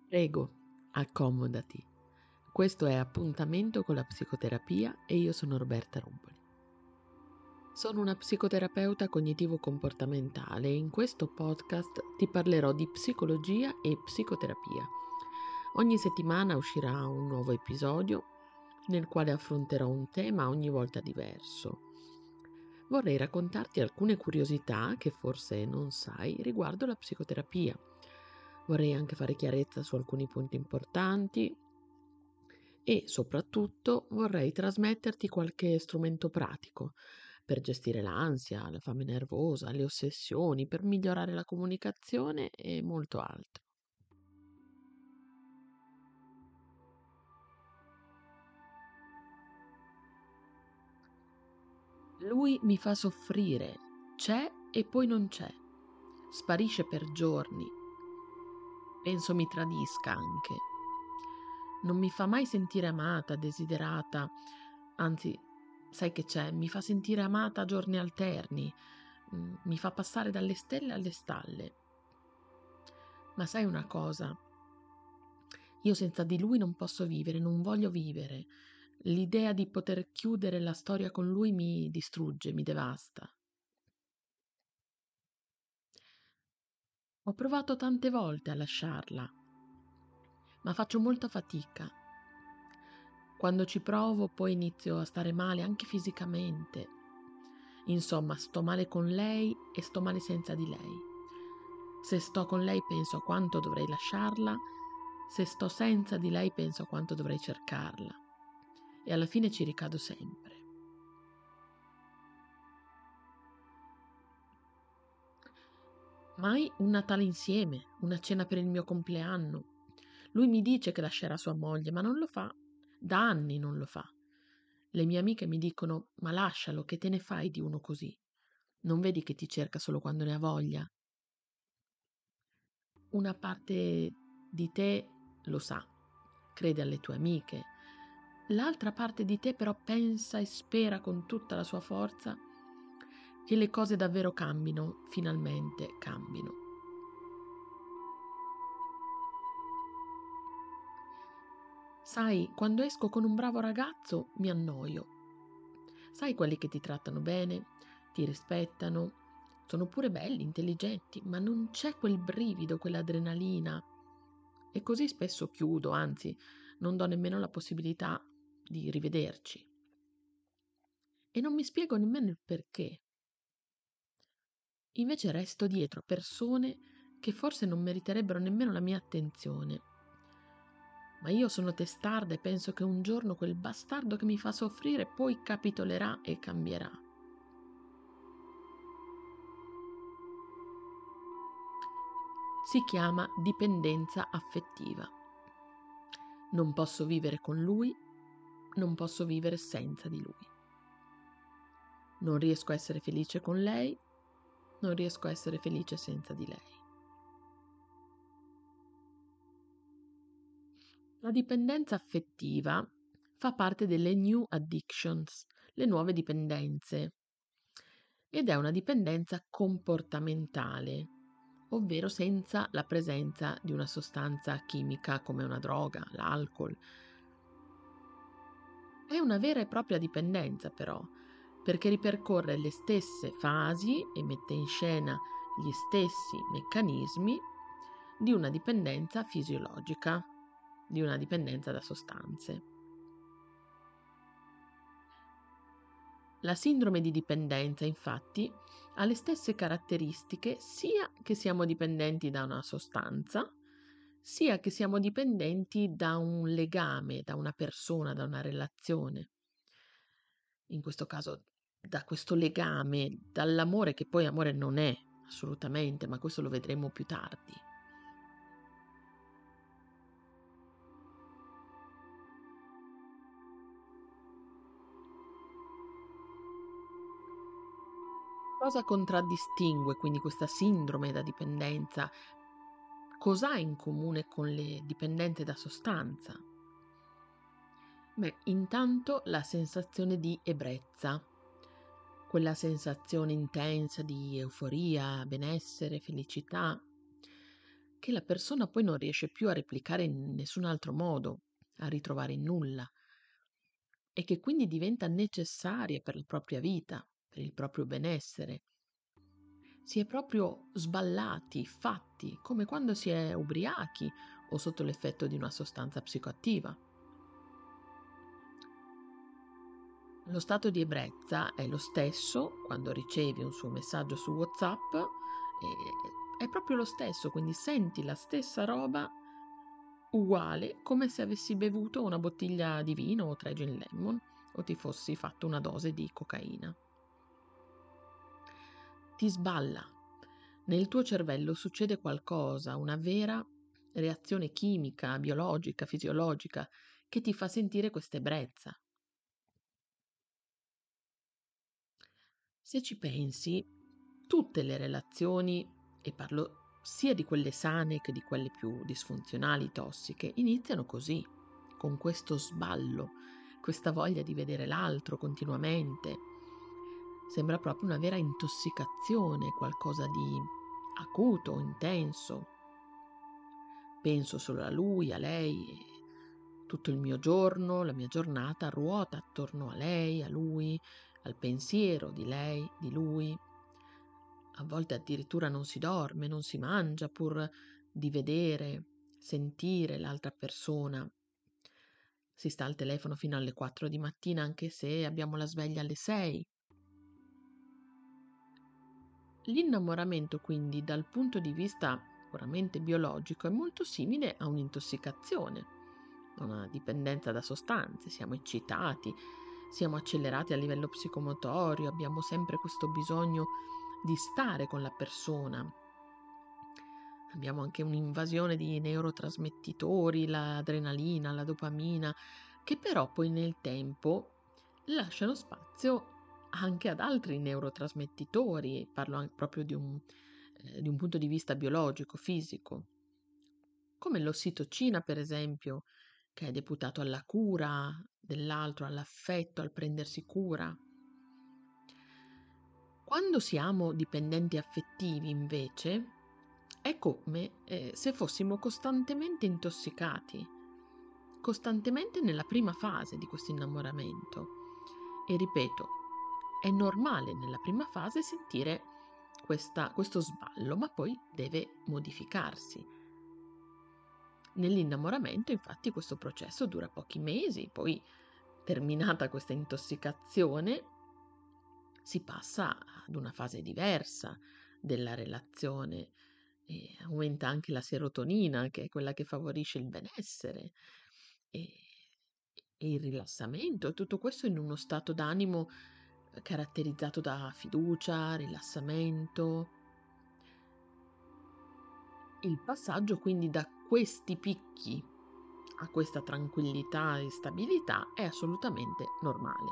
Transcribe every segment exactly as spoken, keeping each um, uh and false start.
Prego, accomodati. Questo è Appuntamento con la psicoterapia e io sono Roberta Rumpoli. Sono una psicoterapeuta cognitivo-comportamentale e in questo podcast ti parlerò di psicologia e psicoterapia. Ogni settimana uscirà un nuovo episodio nel quale affronterò un tema ogni volta diverso. Vorrei raccontarti alcune curiosità che forse non sai riguardo la psicoterapia. Vorrei anche fare chiarezza su alcuni punti importanti e soprattutto vorrei trasmetterti qualche strumento pratico per gestire l'ansia, la fame nervosa, le ossessioni, per migliorare la comunicazione e molto altro. Lui mi fa soffrire, c'è e poi non c'è, sparisce per giorni, penso mi tradisca anche. Non mi fa mai sentire amata, desiderata, anzi, sai che c'è? Mi fa sentire amata a giorni alterni, mm, mi fa passare dalle stelle alle stalle. Ma sai una cosa? Io senza di lui non posso vivere, non voglio vivere. L'idea di poter chiudere la storia con lui mi distrugge, mi devasta. Ho provato tante volte a lasciarla, ma faccio molta fatica. Quando ci provo poi inizio a stare male anche fisicamente. Insomma, sto male con lei e sto male senza di lei. Se sto con lei penso a quanto dovrei lasciarla, se sto senza di lei penso a quanto dovrei cercarla. E alla fine ci ricado sempre. Mai un Natale insieme, una cena per il mio compleanno. Lui mi dice che lascerà sua moglie, ma non lo fa. Da anni non lo fa. Le mie amiche mi dicono: ma lascialo, che te ne fai di uno così? Non vedi che ti cerca solo quando ne ha voglia? Una parte di te lo sa, crede alle tue amiche. L'altra parte di te però pensa e spera con tutta la sua forza che le cose davvero cambino, finalmente cambino. Sai, quando esco con un bravo ragazzo mi annoio. Sai quelli che ti trattano bene, ti rispettano, sono pure belli, intelligenti, ma non c'è quel brivido, quell'adrenalina. E così spesso chiudo, anzi, non do nemmeno la possibilità di rivederci. E non mi spiego nemmeno il perché. Invece resto dietro a persone che forse non meriterebbero nemmeno la mia attenzione. Ma io sono testarda e penso che un giorno quel bastardo che mi fa soffrire poi capitolerà e cambierà. Si chiama dipendenza affettiva. Non posso vivere con lui, non posso vivere senza di lui. Non riesco a essere felice con lei, non riesco a essere felice senza di lei. La dipendenza affettiva fa parte delle new addictions, le nuove dipendenze, ed è una dipendenza comportamentale, ovvero senza la presenza di una sostanza chimica come una droga, l'alcol. È una vera e propria dipendenza però, perché ripercorre le stesse fasi e mette in scena gli stessi meccanismi di una dipendenza fisiologica, di una dipendenza da sostanze. La sindrome di dipendenza, infatti, ha le stesse caratteristiche sia che siamo dipendenti da una sostanza, sia che siamo dipendenti da un legame, da una persona, da una relazione. In questo caso, da questo legame, dall'amore che poi amore non è, assolutamente, ma questo lo vedremo più tardi. Cosa contraddistingue quindi questa sindrome da dipendenza? Cos'ha in comune con le dipendenze da sostanza? Beh, intanto la sensazione di ebbrezza, quella sensazione intensa di euforia, benessere, felicità. che la persona poi non riesce più a replicare in nessun altro modo, a ritrovare in nulla, e che quindi diventa necessaria per la propria vita, per il proprio benessere. Si è proprio sballati, fatti, come quando si è ubriachi o sotto l'effetto di una sostanza psicoattiva. Lo stato di ebbrezza è lo stesso quando ricevi un suo messaggio su WhatsApp, e è proprio lo stesso, quindi senti la stessa roba uguale come se avessi bevuto una bottiglia di vino o tre gin lemon o ti fossi fatto una dose di cocaina. Ti sballa. Nel tuo cervello succede qualcosa, una vera reazione chimica, biologica, fisiologica, che ti fa sentire questa ebbrezza. Se ci pensi, tutte le relazioni, e parlo sia di quelle sane che di quelle più disfunzionali, tossiche, iniziano così, con questo sballo, questa voglia di vedere l'altro continuamente. Sembra proprio una vera intossicazione, qualcosa di acuto, intenso. Penso solo a lui, a lei, e tutto il mio giorno, la mia giornata ruota attorno a lei, a lui, al pensiero di lei, di lui. A volte addirittura non si dorme, non si mangia pur di vedere, sentire l'altra persona. Si sta al telefono fino alle quattro di mattina anche se abbiamo la sveglia alle sei. L'innamoramento quindi dal punto di vista puramente biologico è molto simile a un'intossicazione, a una dipendenza da sostanze. Siamo eccitati, siamo accelerati a livello psicomotorio, abbiamo sempre questo bisogno di stare con la persona. Abbiamo anche un'invasione di neurotrasmettitori, l'adrenalina, la dopamina, che però poi nel tempo lasciano spazio anche ad altri neurotrasmettitori. Parlo anche proprio di un, eh, di un punto di vista biologico, fisico, come l'ossitocina, per esempio, che è deputato alla cura dell'altro, all'affetto, al prendersi cura. Quando siamo dipendenti affettivi, invece, è come eh, se fossimo costantemente intossicati, costantemente nella prima fase di questo innamoramento. E ripeto, è normale nella prima fase sentire questa, questo sballo, ma poi deve modificarsi. Nell'innamoramento, infatti, questo processo dura pochi mesi, poi, terminata questa intossicazione, si passa ad una fase diversa della relazione e aumenta anche la serotonina, che è quella che favorisce il benessere e, e il rilassamento, tutto questo in uno stato d'animo eh, caratterizzato da fiducia, rilassamento. Il passaggio quindi da questi picchi a questa tranquillità e stabilità è assolutamente normale.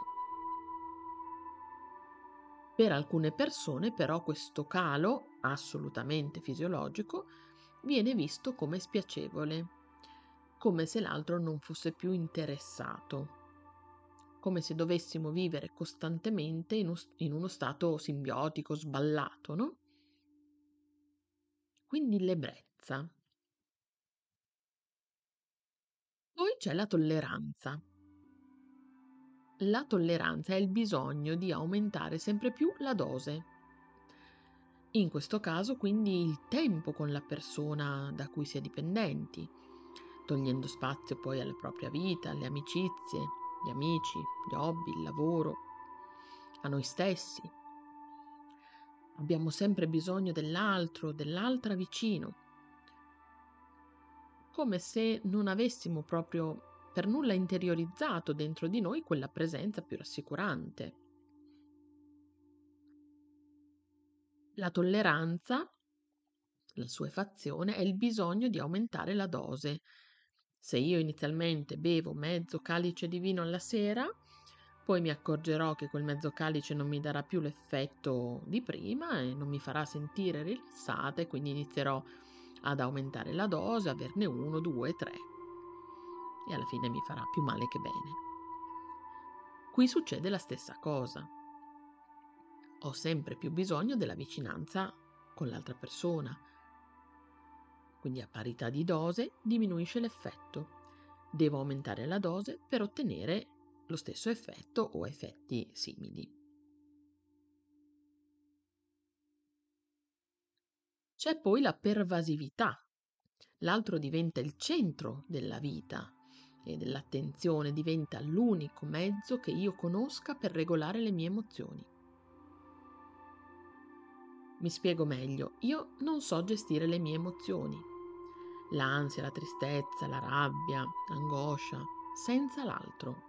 Per alcune persone però questo calo, assolutamente fisiologico, viene visto come spiacevole, come se l'altro non fosse più interessato, come se dovessimo vivere costantemente in, us- in uno stato simbiotico, sballato, no? Quindi l'ebbrezza. Poi c'è la tolleranza. La tolleranza è il bisogno di aumentare sempre più la dose. In questo caso, quindi, il tempo con la persona da cui si è dipendenti, togliendo spazio poi alla propria vita, alle amicizie, gli amici, gli hobby, il lavoro, a noi stessi. Abbiamo sempre bisogno dell'altro, dell'altra vicino, come se non avessimo proprio per nulla interiorizzato dentro di noi quella presenza più rassicurante. La tolleranza, la assuefazione, è il bisogno di aumentare la dose. Se io inizialmente bevo mezzo calice di vino alla sera, poi mi accorgerò che quel mezzo calice non mi darà più l'effetto di prima e non mi farà sentire rilassata, e quindi inizierò ad aumentare la dose, averne uno, due, tre, e alla fine mi farà più male che bene. Qui succede la stessa cosa. Ho sempre più bisogno della vicinanza con l'altra persona. quindi a parità di dose diminuisce l'effetto. Devo aumentare la dose per ottenere lo stesso effetto o effetti simili. C'è poi la pervasività. L'altro diventa il centro della vita e dell'attenzione, diventa l'unico mezzo che io conosca per regolare le mie emozioni. Mi spiego meglio, io non so gestire le mie emozioni, l'ansia, la tristezza, la rabbia, l'angoscia, senza l'altro.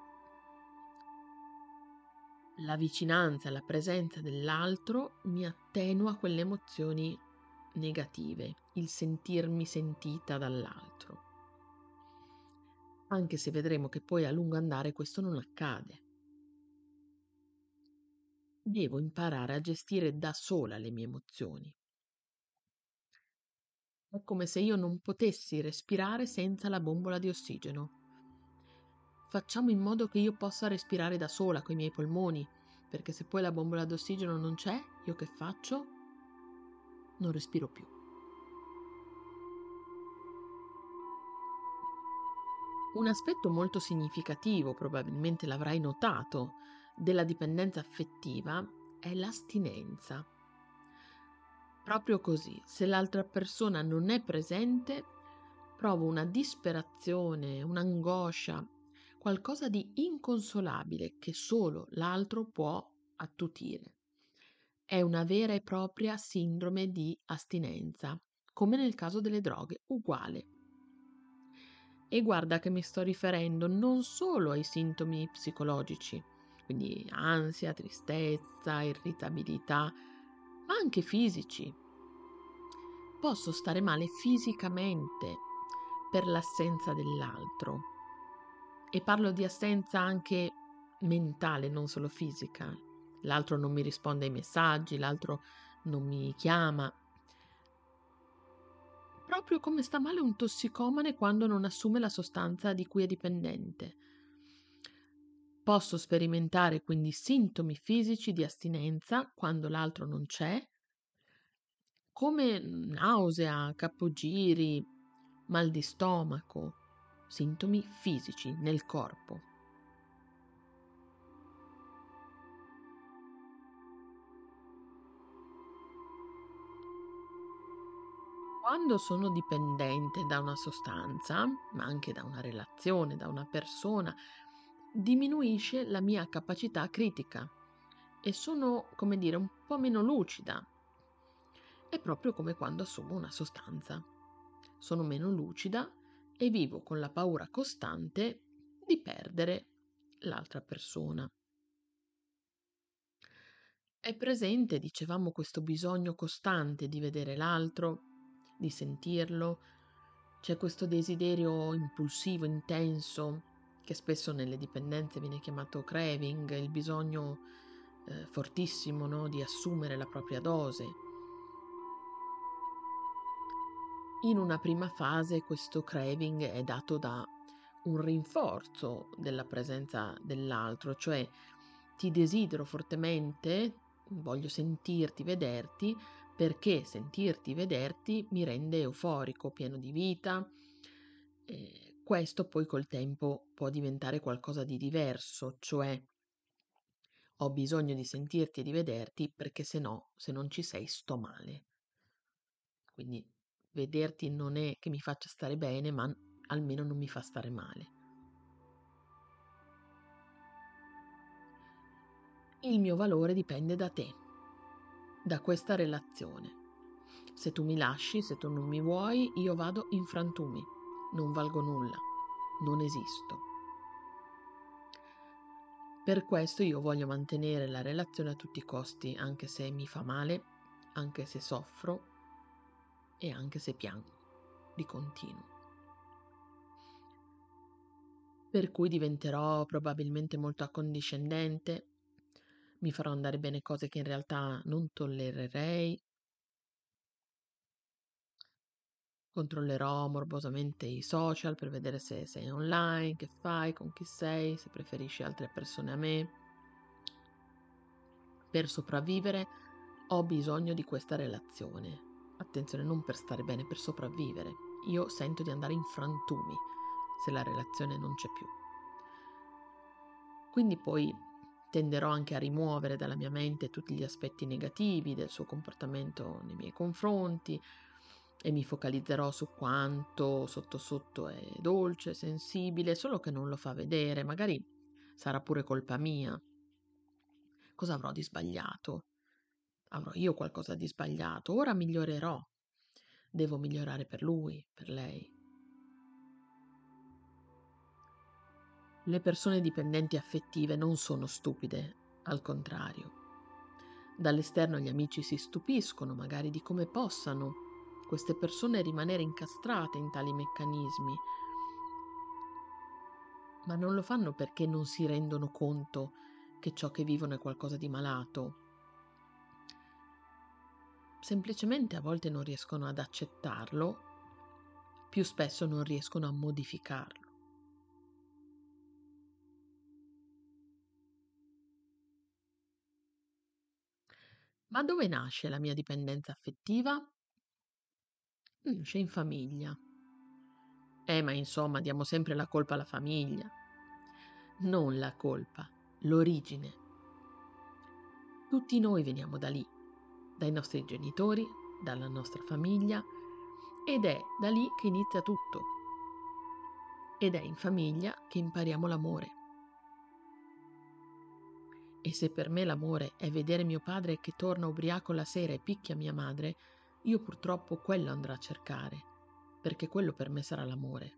La vicinanza, la presenza dell'altro mi attenua quelle emozioni negative, il sentirmi sentita dall'altro. Anche se vedremo che poi a lungo andare questo non accade. Devo imparare a gestire da sola le mie emozioni. È come se io non potessi respirare senza la bombola di ossigeno. Facciamo in modo che io possa respirare da sola coi miei polmoni, perché se poi la bombola d'ossigeno non c'è, io che faccio? Non respiro più. Un aspetto molto significativo, probabilmente l'avrai notato, della dipendenza affettiva è l'astinenza. Proprio così, se l'altra persona non è presente, provo una disperazione, un'angoscia, qualcosa di inconsolabile che solo l'altro può attutire. È una vera e propria sindrome di astinenza, come nel caso delle droghe, uguale. E guarda che mi sto riferendo non solo ai sintomi psicologici, quindi ansia, tristezza, irritabilità, ma anche fisici. Posso stare male fisicamente per l'assenza dell'altro. E parlo di assenza anche mentale, non solo fisica. L'altro non mi risponde ai messaggi, l'altro non mi chiama. Proprio come sta male un tossicomane quando non assume la sostanza di cui è dipendente. Posso sperimentare quindi sintomi fisici di astinenza quando l'altro non c'è, come nausea, capogiri, mal di stomaco, sintomi fisici nel corpo. Quando sono dipendente da una sostanza, ma anche da una relazione, da una persona, diminuisce la mia capacità critica e sono, come dire, un po' meno lucida. È proprio come quando assumo una sostanza. Sono meno lucida e vivo con la paura costante di perdere l'altra persona. È presente, dicevamo, questo bisogno costante di vedere l'altro, di sentirlo. C'è questo desiderio impulsivo, intenso, che spesso nelle dipendenze viene chiamato craving, il bisogno eh, fortissimo, no, di assumere la propria dose. In una prima fase questo craving è dato da un rinforzo della presenza dell'altro, cioè ti desidero fortemente, voglio sentirti, vederti, perché sentirti, vederti mi rende euforico, pieno di vita. E questo poi col tempo può diventare qualcosa di diverso, cioè ho bisogno di sentirti e di vederti perché se no, se non ci sei, sto male. Quindi vederti non è che mi faccia stare bene, ma almeno non mi fa stare male. Il mio valore dipende da te, da questa relazione. Se tu mi lasci, se tu non mi vuoi, io vado in frantumi. Non valgo nulla, non esisto. Per questo io voglio mantenere la relazione a tutti i costi, anche se mi fa male, anche se soffro e anche se piango di continuo. Per cui diventerò probabilmente molto accondiscendente, mi farò andare bene cose che in realtà non tollererei, controllerò morbosamente i social per vedere se sei online, che fai, con chi sei, se preferisci altre persone a me. Per sopravvivere ho bisogno di questa relazione. Attenzione, non per stare bene, per sopravvivere. io sento di andare in frantumi se la relazione non c'è più. Quindi poi tenderò anche a rimuovere dalla mia mente tutti gli aspetti negativi del suo comportamento nei miei confronti e mi focalizzerò su quanto sotto sotto è dolce, sensibile, solo che non lo fa vedere, magari sarà pure colpa mia. Cosa avrò di sbagliato? Avrò io qualcosa di sbagliato? Ora migliorerò. Devo migliorare per lui, per lei. Le persone dipendenti affettive non sono stupide, al contrario. Dall'esterno gli amici si stupiscono magari di come possano queste persone rimanere incastrate in tali meccanismi, ma non lo fanno perché non si rendono conto che ciò che vivono è qualcosa di malato. Semplicemente a volte non riescono ad accettarlo, più spesso non riescono a modificarlo. Ma dove nasce la mia dipendenza affettiva? Nasce in famiglia. Eh, ma insomma, diamo sempre la colpa alla famiglia. Non la colpa, l'origine. Tutti noi veniamo da lì, dai nostri genitori, dalla nostra famiglia, ed è da lì che inizia tutto. Ed è in famiglia che impariamo l'amore. E se per me l'amore è vedere mio padre che torna ubriaco la sera e picchia mia madre, io purtroppo quello andrò a cercare, perché quello per me sarà l'amore.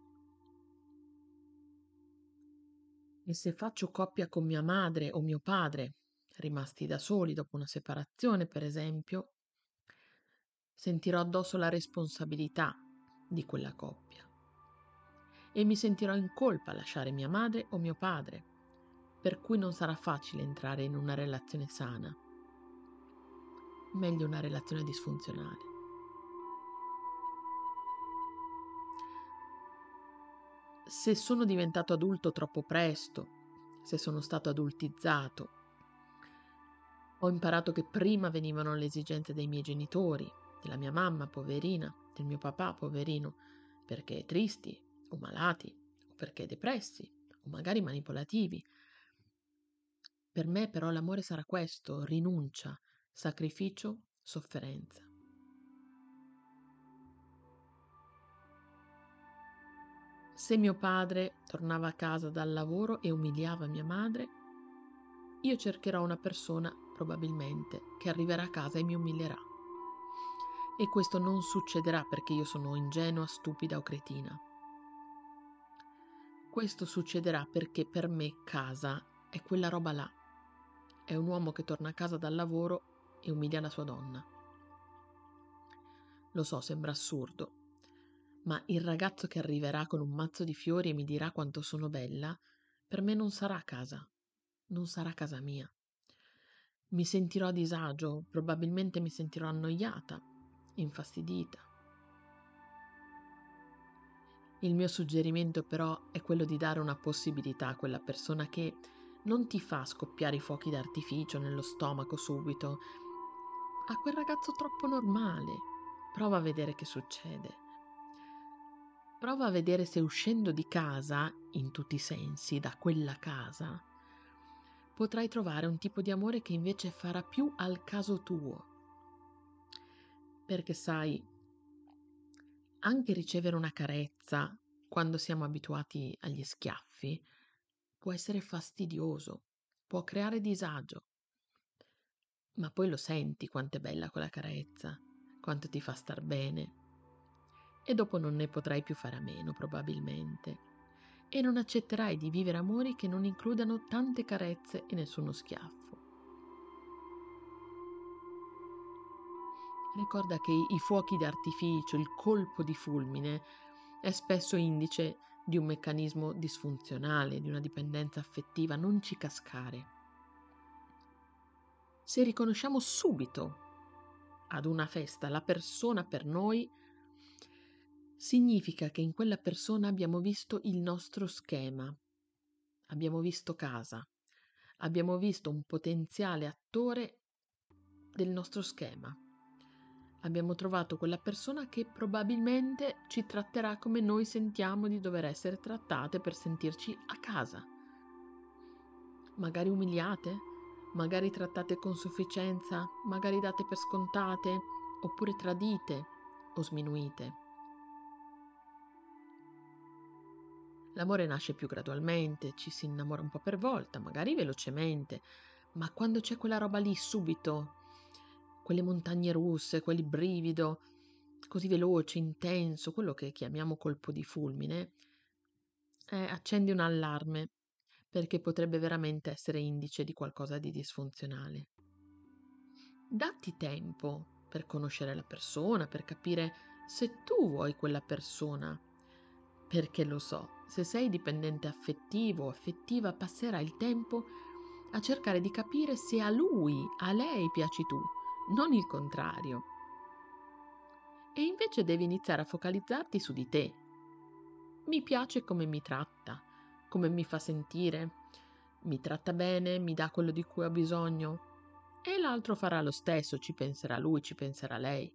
E se faccio coppia con mia madre o mio padre, rimasti da soli dopo una separazione, per esempio, sentirò addosso la responsabilità di quella coppia e mi sentirò in colpa a lasciare mia madre o mio padre, per cui non sarà facile entrare in una relazione sana. Meglio una relazione disfunzionale. Se sono diventato adulto troppo presto, se sono stato adultizzato, ho imparato che prima venivano le esigenze dei miei genitori, della mia mamma poverina, del mio papà poverino, perché tristi o malati, o perché depressi, o magari manipolativi. Per me però l'amore sarà questo: rinuncia, sacrificio, sofferenza. Se mio padre tornava a casa dal lavoro e umiliava mia madre, io cercherò una persona, probabilmente, che arriverà a casa e mi umilierà. E questo non succederà perché io sono ingenua, stupida o cretina. Questo succederà perché per me casa è quella roba là. È un uomo che torna a casa dal lavoro e umilia la sua donna. Lo so, sembra assurdo, ma il ragazzo che arriverà con un mazzo di fiori e mi dirà quanto sono bella, per me non sarà casa, non sarà casa mia. Mi sentirò a disagio, probabilmente mi sentirò annoiata, infastidita. Il mio suggerimento però è quello di dare una possibilità a quella persona che non ti fa scoppiare i fuochi d'artificio nello stomaco subito, a quel ragazzo troppo normale. Prova a vedere che succede. Prova a vedere se uscendo di casa, in tutti i sensi, da quella casa, potrai trovare un tipo di amore che invece farà più al caso tuo. Perché sai, anche ricevere una carezza quando siamo abituati agli schiaffi può essere fastidioso, può creare disagio, ma poi lo senti quanto è bella quella carezza, quanto ti fa star bene. E dopo non ne potrai più fare a meno, probabilmente. E non accetterai di vivere amori che non includano tante carezze e nessuno schiaffo. Ricorda che i fuochi d'artificio, il colpo di fulmine, è spesso indice di un meccanismo disfunzionale, di una dipendenza affettiva. Non ci cascare. Se riconosciamo subito ad una festa la persona per noi, significa che in quella persona abbiamo visto il nostro schema, abbiamo visto casa, abbiamo visto un potenziale attore del nostro schema. Abbiamo trovato quella persona che probabilmente ci tratterà come noi sentiamo di dover essere trattate per sentirci a casa. Magari umiliate, magari trattate con sufficienza, magari date per scontate, oppure tradite o sminuite. L'amore nasce più gradualmente, ci si innamora un po' per volta, magari velocemente, ma quando c'è quella roba lì subito, quelle montagne russe, quel brivido così veloce, intenso, quello che chiamiamo colpo di fulmine, eh, accendi un allarme perché potrebbe veramente essere indice di qualcosa di disfunzionale. Datti tempo per conoscere la persona, per capire se tu vuoi quella persona, perché lo so, se sei dipendente affettivo o affettiva, passerai il tempo a cercare di capire se a lui, a lei piaci tu, non il contrario. E invece devi iniziare a focalizzarti su di te. Mi piace come mi tratta, come mi fa sentire, mi tratta bene, mi dà quello di cui ho bisogno. E l'altro farà lo stesso, ci penserà lui, ci penserà lei.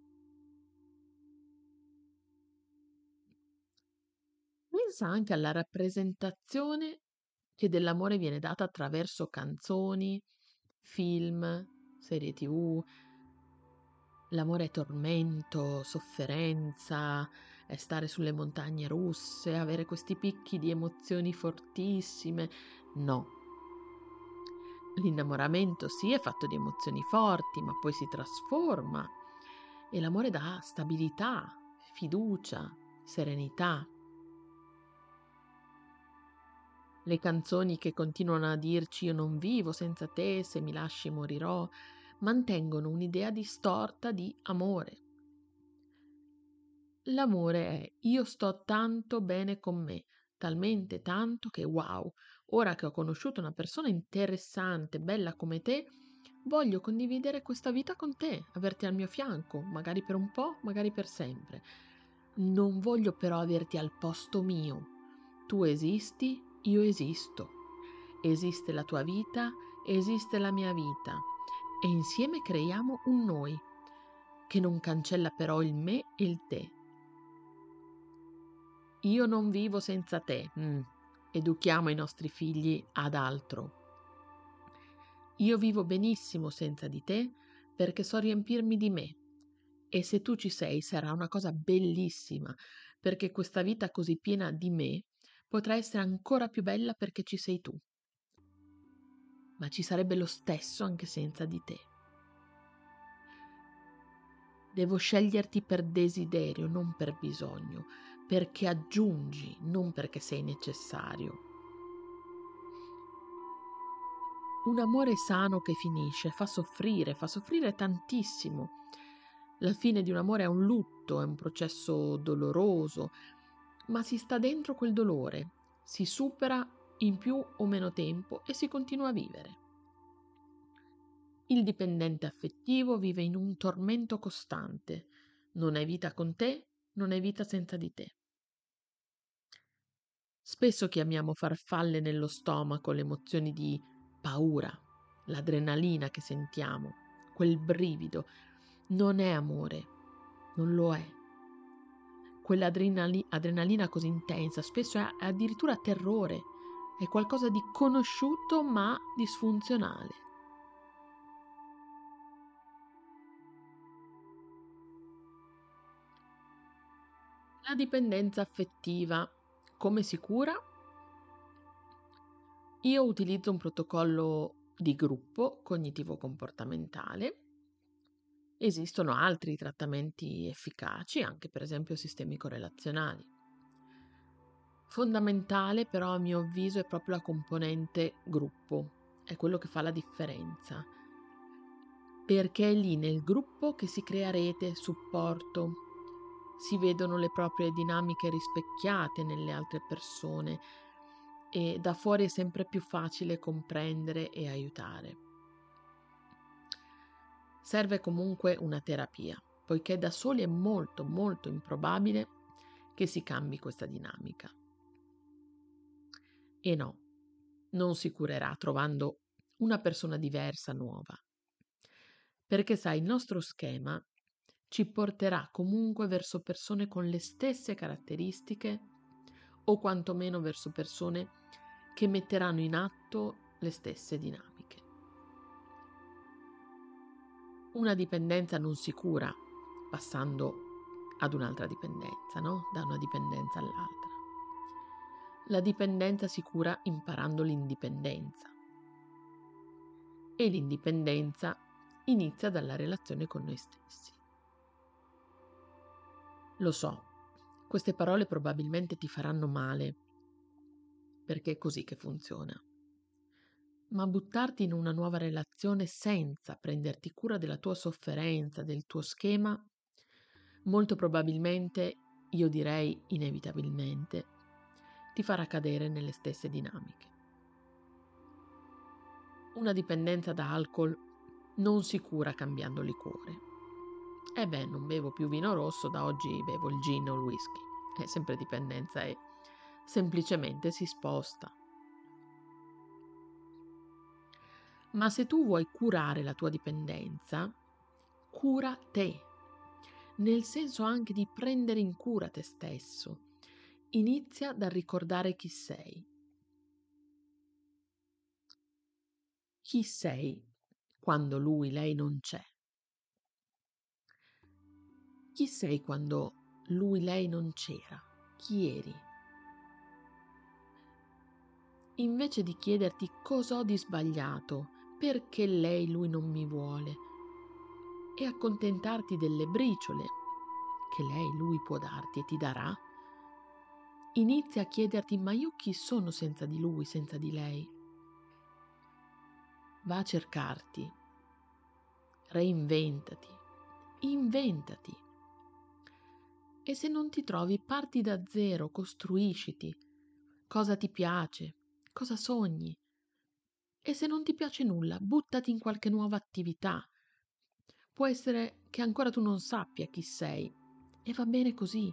Pensa anche alla rappresentazione che dell'amore viene data attraverso canzoni, film, serie T V. L'amore è tormento, sofferenza, è stare sulle montagne russe, avere questi picchi di emozioni fortissime. No. L'innamoramento sì è fatto di emozioni forti, ma poi si trasforma e l'amore dà stabilità, fiducia, serenità. Le canzoni che continuano a dirci io non vivo senza te, se mi lasci morirò, mantengono un'idea distorta di amore. L'amore è io sto tanto bene con me, talmente tanto che wow, ora che ho conosciuto una persona interessante, bella come te, voglio condividere questa vita con te, averti al mio fianco, magari per un po', magari per sempre. Non voglio però averti al posto mio. Tu esisti, io esisto. Esiste la tua vita, esiste la mia vita. E insieme creiamo un noi, che non cancella però il me e il te. Io non vivo senza te. Mm. Educhiamo i nostri figli ad altro. Io vivo benissimo senza di te perché so riempirmi di me. E se tu ci sei sarà una cosa bellissima, perché questa vita così piena di me potrà essere ancora più bella perché ci sei tu. Ma ci sarebbe lo stesso anche senza di te. Devo sceglierti per desiderio, non per bisogno, perché aggiungi, non perché sei necessario. Un amore sano che finisce fa soffrire, fa soffrire tantissimo. La fine di un amore è un lutto, è un processo doloroso, ma si sta dentro quel dolore, si supera in più o meno tempo e si continua a vivere. Il dipendente affettivo vive in un tormento costante. Non hai vita con te, non hai vita senza di te. Spesso chiamiamo farfalle nello stomaco le emozioni di paura, l'adrenalina che sentiamo, quel brivido. Non è amore, non lo è. Quell'adrenalina così intensa spesso è addirittura terrore, è qualcosa di conosciuto ma disfunzionale. La dipendenza affettiva, come si cura? Io utilizzo un protocollo di gruppo cognitivo-comportamentale. Esistono altri trattamenti efficaci, anche per esempio sistemico-relazionali. Fondamentale però a mio avviso è proprio la componente gruppo, è quello che fa la differenza, perché è lì nel gruppo che si crea rete, supporto, si vedono le proprie dinamiche rispecchiate nelle altre persone e da fuori è sempre più facile comprendere e aiutare. Serve comunque una terapia, poiché da soli è molto molto improbabile che si cambi questa dinamica. E no, non si curerà trovando una persona diversa, nuova. Perché sai, il nostro schema ci porterà comunque verso persone con le stesse caratteristiche o quantomeno verso persone che metteranno in atto le stesse dinamiche. Una dipendenza non si cura passando ad un'altra dipendenza, no? Da una dipendenza all'altra. La dipendenza si cura imparando l'indipendenza. E l'indipendenza inizia dalla relazione con noi stessi. Lo so, queste parole probabilmente ti faranno male, perché è così che funziona. Ma buttarti in una nuova relazione senza prenderti cura della tua sofferenza, del tuo schema, molto probabilmente, io direi inevitabilmente, ti farà cadere nelle stesse dinamiche. Una dipendenza da alcol non si cura cambiando liquore. E beh, non bevo più vino rosso, da oggi bevo il gin o il whisky. È sempre dipendenza e semplicemente si sposta. Ma se tu vuoi curare la tua dipendenza, cura te, nel senso anche di prendere in cura te stesso. Inizia dal ricordare chi sei. Chi sei quando lui, lei non c'è? Chi sei quando lui, lei non c'era? Chi eri? Invece di chiederti cosa ho di sbagliato, perché lei, lui non mi vuole, e accontentarti delle briciole che lei, lui può darti e ti darà, inizia a chiederti: ma io chi sono senza di lui, senza di lei? Va a cercarti, reinventati, inventati. E se non ti trovi, parti da zero, costruisciti. Cosa ti piace? Cosa sogni? E se non ti piace nulla, buttati in qualche nuova attività. Può essere che ancora tu non sappia chi sei, e va bene così.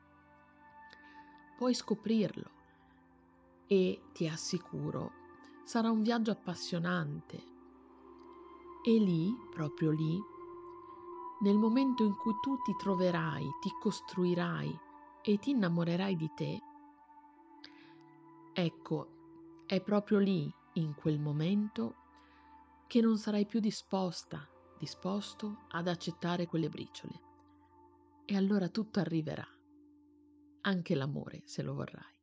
Puoi scoprirlo e ti assicuro, sarà un viaggio appassionante. E lì, proprio lì, nel momento in cui tu ti troverai, ti costruirai e ti innamorerai di te, ecco, è proprio lì, in quel momento, che non sarai più disposta, disposto ad accettare quelle briciole. E allora tutto arriverà, anche l'amore, se lo vorrai.